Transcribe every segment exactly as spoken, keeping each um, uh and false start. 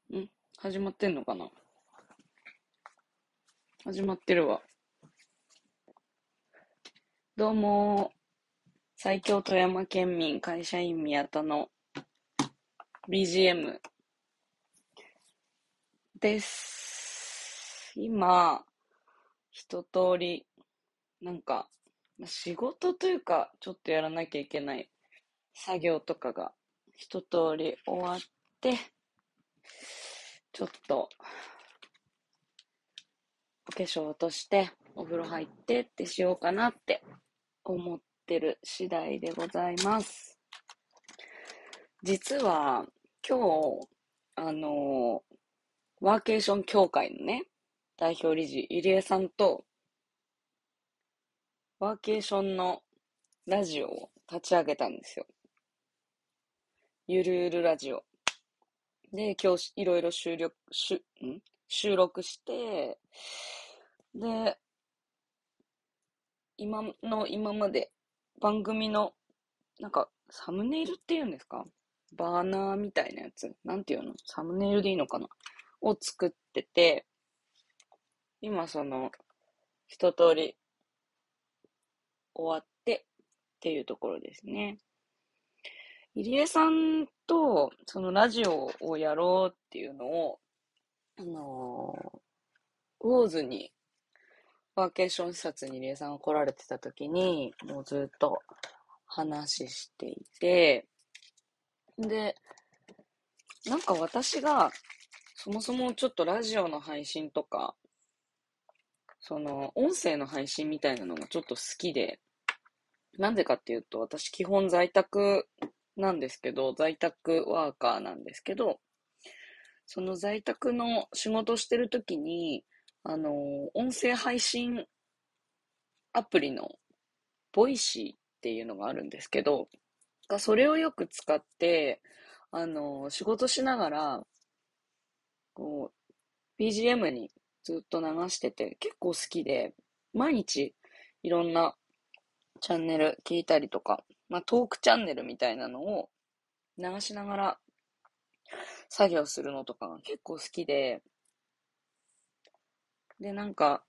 ん始まってんのかな。始まってるわ。どうも、最強富山県民会社員宮田の ビージーエム です。今、一通り、なんか、まあ仕事というか、ちょっとやらなきゃいけない作業とかが一通り終わって、ちょっとお化粧落として、お風呂入ってってしようかなって思ってる次第でございます。実は、今日、あのーワーケーション協会のね、代表理事、入江さんと、ワーケーションのラジオを立ち上げたんですよ。ゆるゆるラジオ。で、今日いろいろ収録、しゅ、ん収録して、で、今の、今まで番組の、なんか、サムネイルっていうんですか？バーナーみたいなやつ。なんていうの？サムネイルでいいのかな？を作ってて、今その、一通り終わってっていうところですね。入江さんと、そのラジオをやろうっていうのを、あのーウォーズに、ワーケーション視察に入江さんが来られてた時に、もうずっと話していて、で、なんか私が、そもそもちょっとラジオの配信とか、その、音声の配信みたいなのがちょっと好きで、なんでかっていうと、私基本在宅なんですけど、在宅ワーカーなんですけど、その在宅の仕事してるときに、あの、音声配信アプリのボイシーっていうのがあるんですけど、それをよく使って、あの、仕事しながら、こう、ビージーエム にずっと流してて、結構好きで、毎日いろんなチャンネル聞いたりとか、まあ、トークチャンネルみたいなのを流しながら作業するのとかが結構好きで、で、なんか、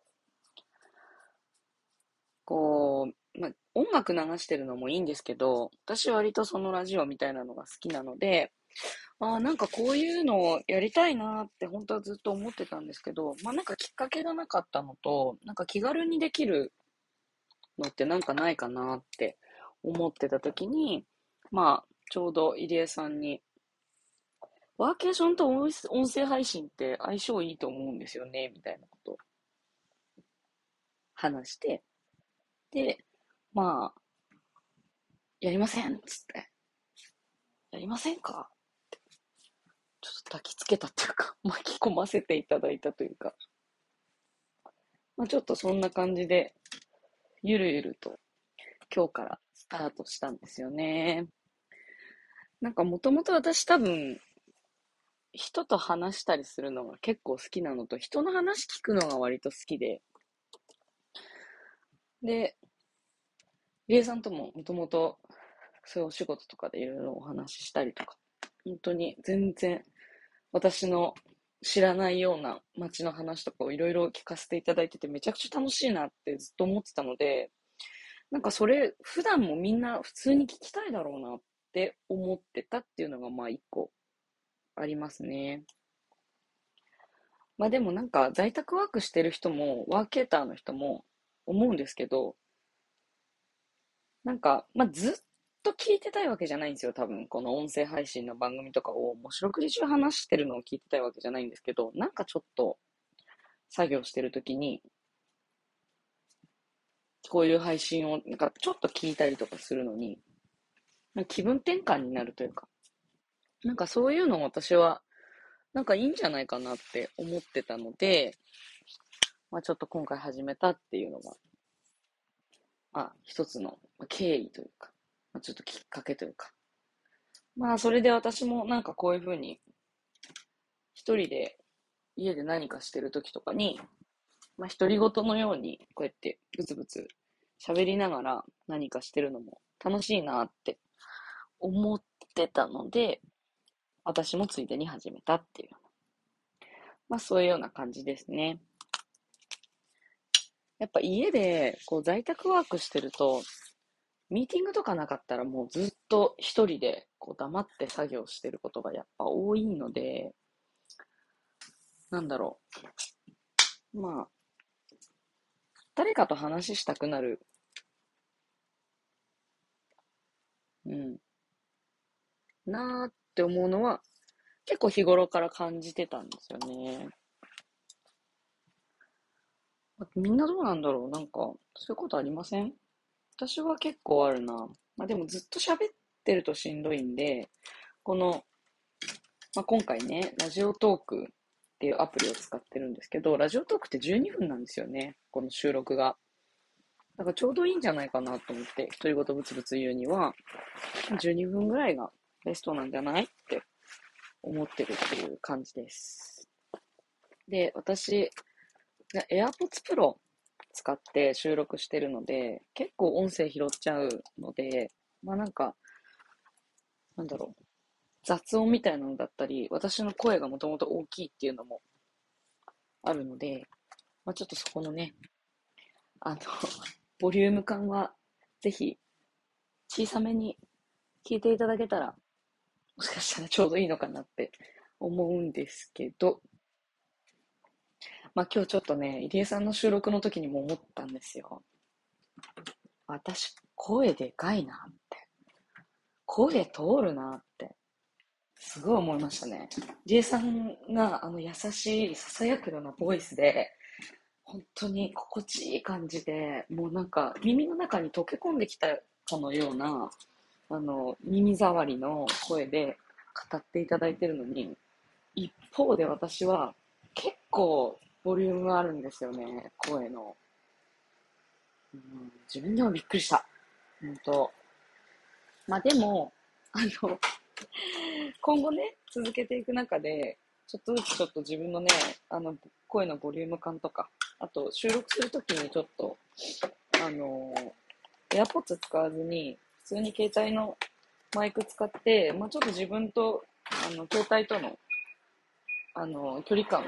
こう、まあ、音楽流してるのもいいんですけど、私は割とそのラジオみたいなのが好きなので、ああ、なんかこういうのをやりたいなって本当はずっと思ってたんですけど、まあなんかきっかけがなかったのと、なんか気軽にできるのってなんかないかなって思ってた時に、まあちょうど入江さんに、ワーケーションと音音声配信って相性いいと思うんですよね、みたいなことを話して、で、まあ、やりませんっつって、やりませんか？ちょっと抱きつけたっていうか、巻き込ませていただいたというか、まあ、ちょっとそんな感じで、ゆるゆると今日からスタートしたんですよね。なんかもともと私多分、人と話したりするのが結構好きなのと、人の話聞くのが割と好きで、で、リエさんとももともとそういうお仕事とかでいろいろお話ししたりとか、本当に全然私の知らないような街の話とかをいろいろ聞かせていただいててめちゃくちゃ楽しいなってずっと思ってたので、なんかそれ普段もみんな普通に聞きたいだろうなって思ってたっていうのがまあ一個ありますね。まあでもなんか在宅ワークしてる人もワーケーターの人も思うんですけど、なんかまあずっと聞いてたいわけじゃないんですよ。多分この音声配信の番組とかをもう四六時中話してるのを聞いてたいわけじゃないんですけど、なんかちょっと作業してるときにこういう配信をなんかちょっと聞いたりとかするのに、なんか気分転換になるというか、なんかそういうのを私はなんかいいんじゃないかなって思ってたので、まあちょっと今回始めたっていうのが、まあ一つの経緯というか、まあ、ちょっときっかけというか、まあそれで私もなんかこういうふうに一人で家で何かしてる時とかに、まあ独り言のようにこうやってブツブツ喋りながら何かしてるのも楽しいなって思ってたので、 私もついでに始めたっていう。まあそういうような感じですね。やっぱ家でこう在宅ワークしてると、ミーティングとかなかったらもうずっと一人でこう黙って作業してることがやっぱ多いので、なんだろう。まあ、誰かと話したくなる、うん、なーって思うのは結構日頃から感じてたんですよね。みんなどうなんだろう、なんか、そういうことありません？私は結構あるな。まあでもずっと喋ってるとしんどいんで、この、まあ、今回ね、ラジオトークっていうアプリを使ってるんですけど、ラジオトークってじゅうにふんなんですよね。この収録が。だからちょうどいいんじゃないかなと思って、独り言ブツブツ言うには、じゅうにふんぐらいがベストなんじゃないって思ってるっていう感じです。で、私、AirPods Pro 使って収録してるので、結構音声拾っちゃうので、まあなんか、なんだろう、雑音みたいなのだったり、私の声がもともと大きいっていうのもあるので、まあちょっとそこのね、あの、ボリューム感は、ぜひ、小さめに聞いていただけたら、もしかしたらちょうどいいのかなって思うんですけど、まあ今日ちょっとね、入江さんの収録の時にも思ったんですよ。私、声でかいなって。声通るなって。すごい思いましたね。入江さんがあの優しい、囁くようなボイスで、本当に心地いい感じで、もうなんか耳の中に溶け込んできたかのような、あの、耳障りの声で語っていただいてるのに、一方で私は結構ボリュームがあるんですよね、声の。うん、自分でもびっくりした。本当。まあでも、あの、今後ね、続けていく中で、ちょっとずつちょっと自分のね、あの、声のボリューム感とか、あと収録するときにちょっと、あの、AirPods 使わずに、普通に携帯のマイク使って、まあちょっと自分と、あの、携帯との、あの、距離感を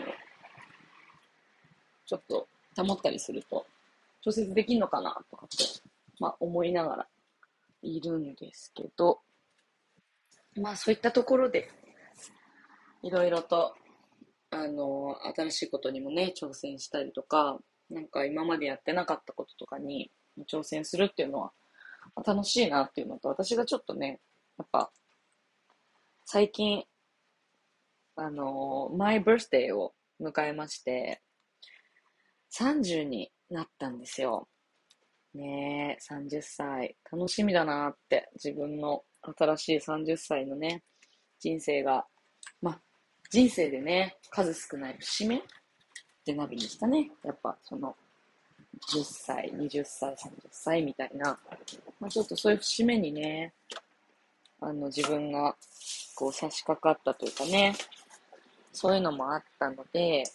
ちょっと保ったりすると、調節できんのかなとかって、まあ思いながらいるんですけど、まあそういったところで、いろいろと、あの、新しいことにもね、挑戦したりとか、なんか今までやってなかったこととかに挑戦するっていうのは楽しいなっていうのと、私がちょっとね、やっぱ最近、あの、マイバースデーを迎えまして、さんじゅうになったんですよ。ねえ、さんじゅっさい。楽しみだなって、自分の新しいさんじゅっさいのね、人生が、まあ、人生でね、数少ない節目ってなるんですかね。やっぱ、その、じゅっさい、にじゅっさい、さんじゅっさいみたいな、まあ、ちょっとそういう節目にね、あの、自分が、こう、差し掛かったというかね、そういうのもあったので、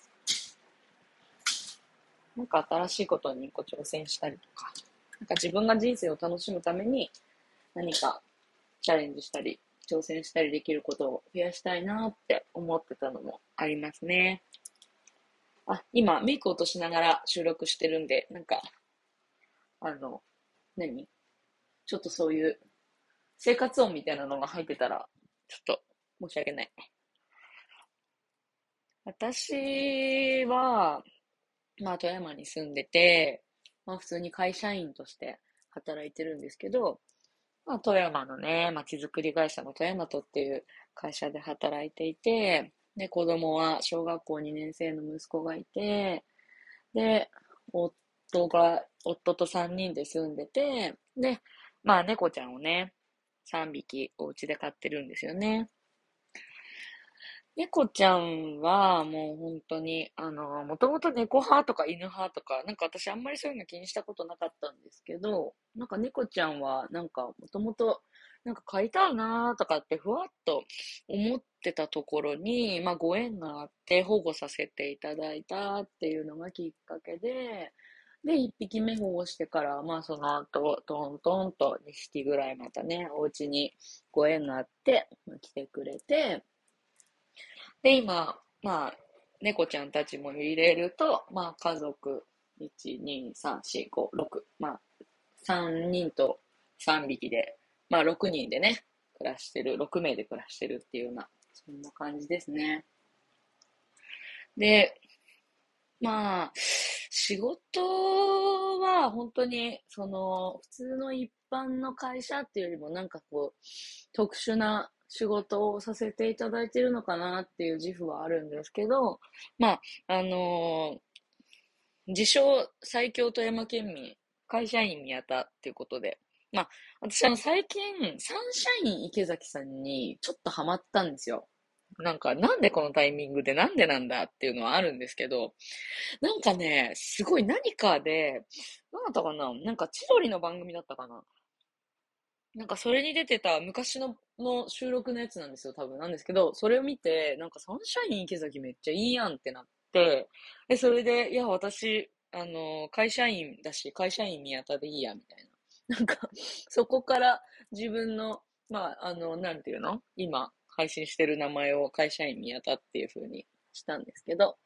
なんか新しいことにこう挑戦したりとか、なんか自分が人生を楽しむために何かチャレンジしたり、挑戦したりできることを増やしたいなって思ってたのもありますね。あ、今、メイク落としながら収録してるんで、なんか、あの、何ちょっとそういう生活音みたいなのが入ってたら、ちょっと申し訳ない。私は、まあ、富山に住んでて、まあ、普通に会社員として働いてるんですけど、まあ、富山のね、まちづくり会社の富山とっていう会社で働いていて、で、子供は小学校にねん生の息子がいて、で、夫が、夫とさんにんで住んでて、で、まあ猫ちゃんをね、さんびきお家で飼ってるんですよね。猫ちゃんはもう本当に、あの、もともと猫派とか犬派とか、なんか私あんまりそういうの気にしたことなかったんですけど、なんか猫ちゃんはなんかもともとなんか飼いたいなとかってふわっと思ってたところに、まあご縁があって保護させていただいたっていうのがきっかけで、で、一匹目保護してから、まあその後、トントンとにひきぐらいまたね、お家にご縁があって、まあ来てくれて、 で、今、まあ、猫ちゃんたちも入れると、まあ、家族、いち、に、さん、よん、ご、ろく、まあ、さんにんとさんびきで、まあ、ろくにんでね、暮らしてる、ろくめいで暮らしてるっていうような、そんな感じですね。で、まあ、仕事は本当に、その、普通の一般の会社っていうよりも、なんかこう、特殊な仕事をさせていただいているのかなっていう自負はあるんですけど、まあ、あのー自称最強富山県民、会社員宮田っていうことで、まあ、私あの最近、サンシャイン池崎さんにちょっとハマったんですよ。なんか、なんでこのタイミングでなんでなんだっていうのはあるんですけど、なんかね、すごい何かで、なんだったかな、なんか千鳥の番組だったかな。なんかそれに出てた昔の、の収録のやつなんですよ、多分なんですけど、それを見て、なんかサンシャイン池崎めっちゃいいやんってなって、で、それで、いや、私、あの、会社員だし、会社員宮田でいいや、みたいな。なんか、そこから自分の、まあ、あの、なんていうの今、配信してる名前を会社員宮田っていう風にしたんですけど、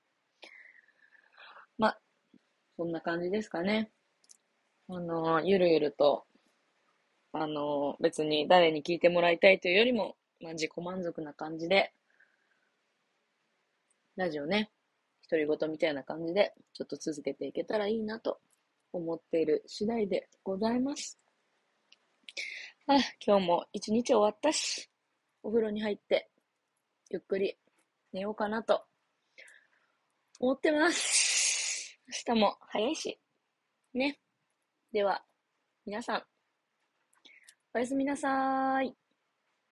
まあ、そんな感じですかね。あの、ゆるゆると、あの、別に誰に聞いてもらいたいというよりも、まあ、自己満足な感じで、ラジオね、独り言みたいな感じで、ちょっと続けていけたらいいなと思っている次第でございます。あ、今日も一日終わったし、お風呂に入って、ゆっくり寝ようかなと思ってます。明日も早いし、ね。では、皆さん、おやすみなさーい。